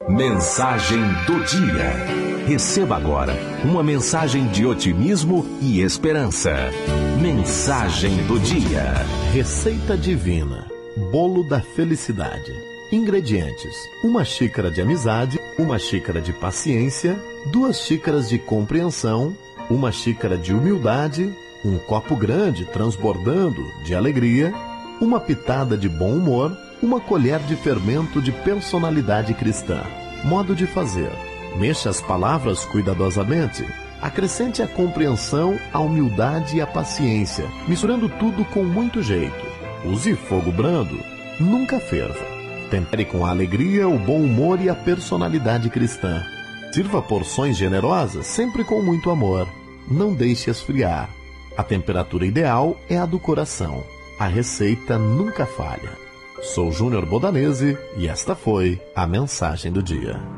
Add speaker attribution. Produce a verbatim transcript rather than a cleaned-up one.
Speaker 1: Mensagem do dia. Receba agora uma mensagem de otimismo e esperança. Mensagem do dia.
Speaker 2: Receita divina. Bolo da felicidade. Ingredientes: uma xícara de amizade, uma xícara de paciência, duas xícaras de compreensão, uma xícara de humildade, um copo grande transbordando de alegria, uma pitada de bom humor, uma colher de fermento de personalidade cristã. Modo de fazer: mexa as palavras cuidadosamente. Acrescente a compreensão, a humildade e a paciência, misturando tudo com muito jeito. Use fogo brando, nunca ferva. Tempere com a alegria, o bom humor e a personalidade cristã. Sirva porções generosas, sempre com muito amor. Não deixe esfriar. A temperatura ideal é a do coração. A receita nunca falha. Sou Júnior Bodanese e esta foi a mensagem do dia.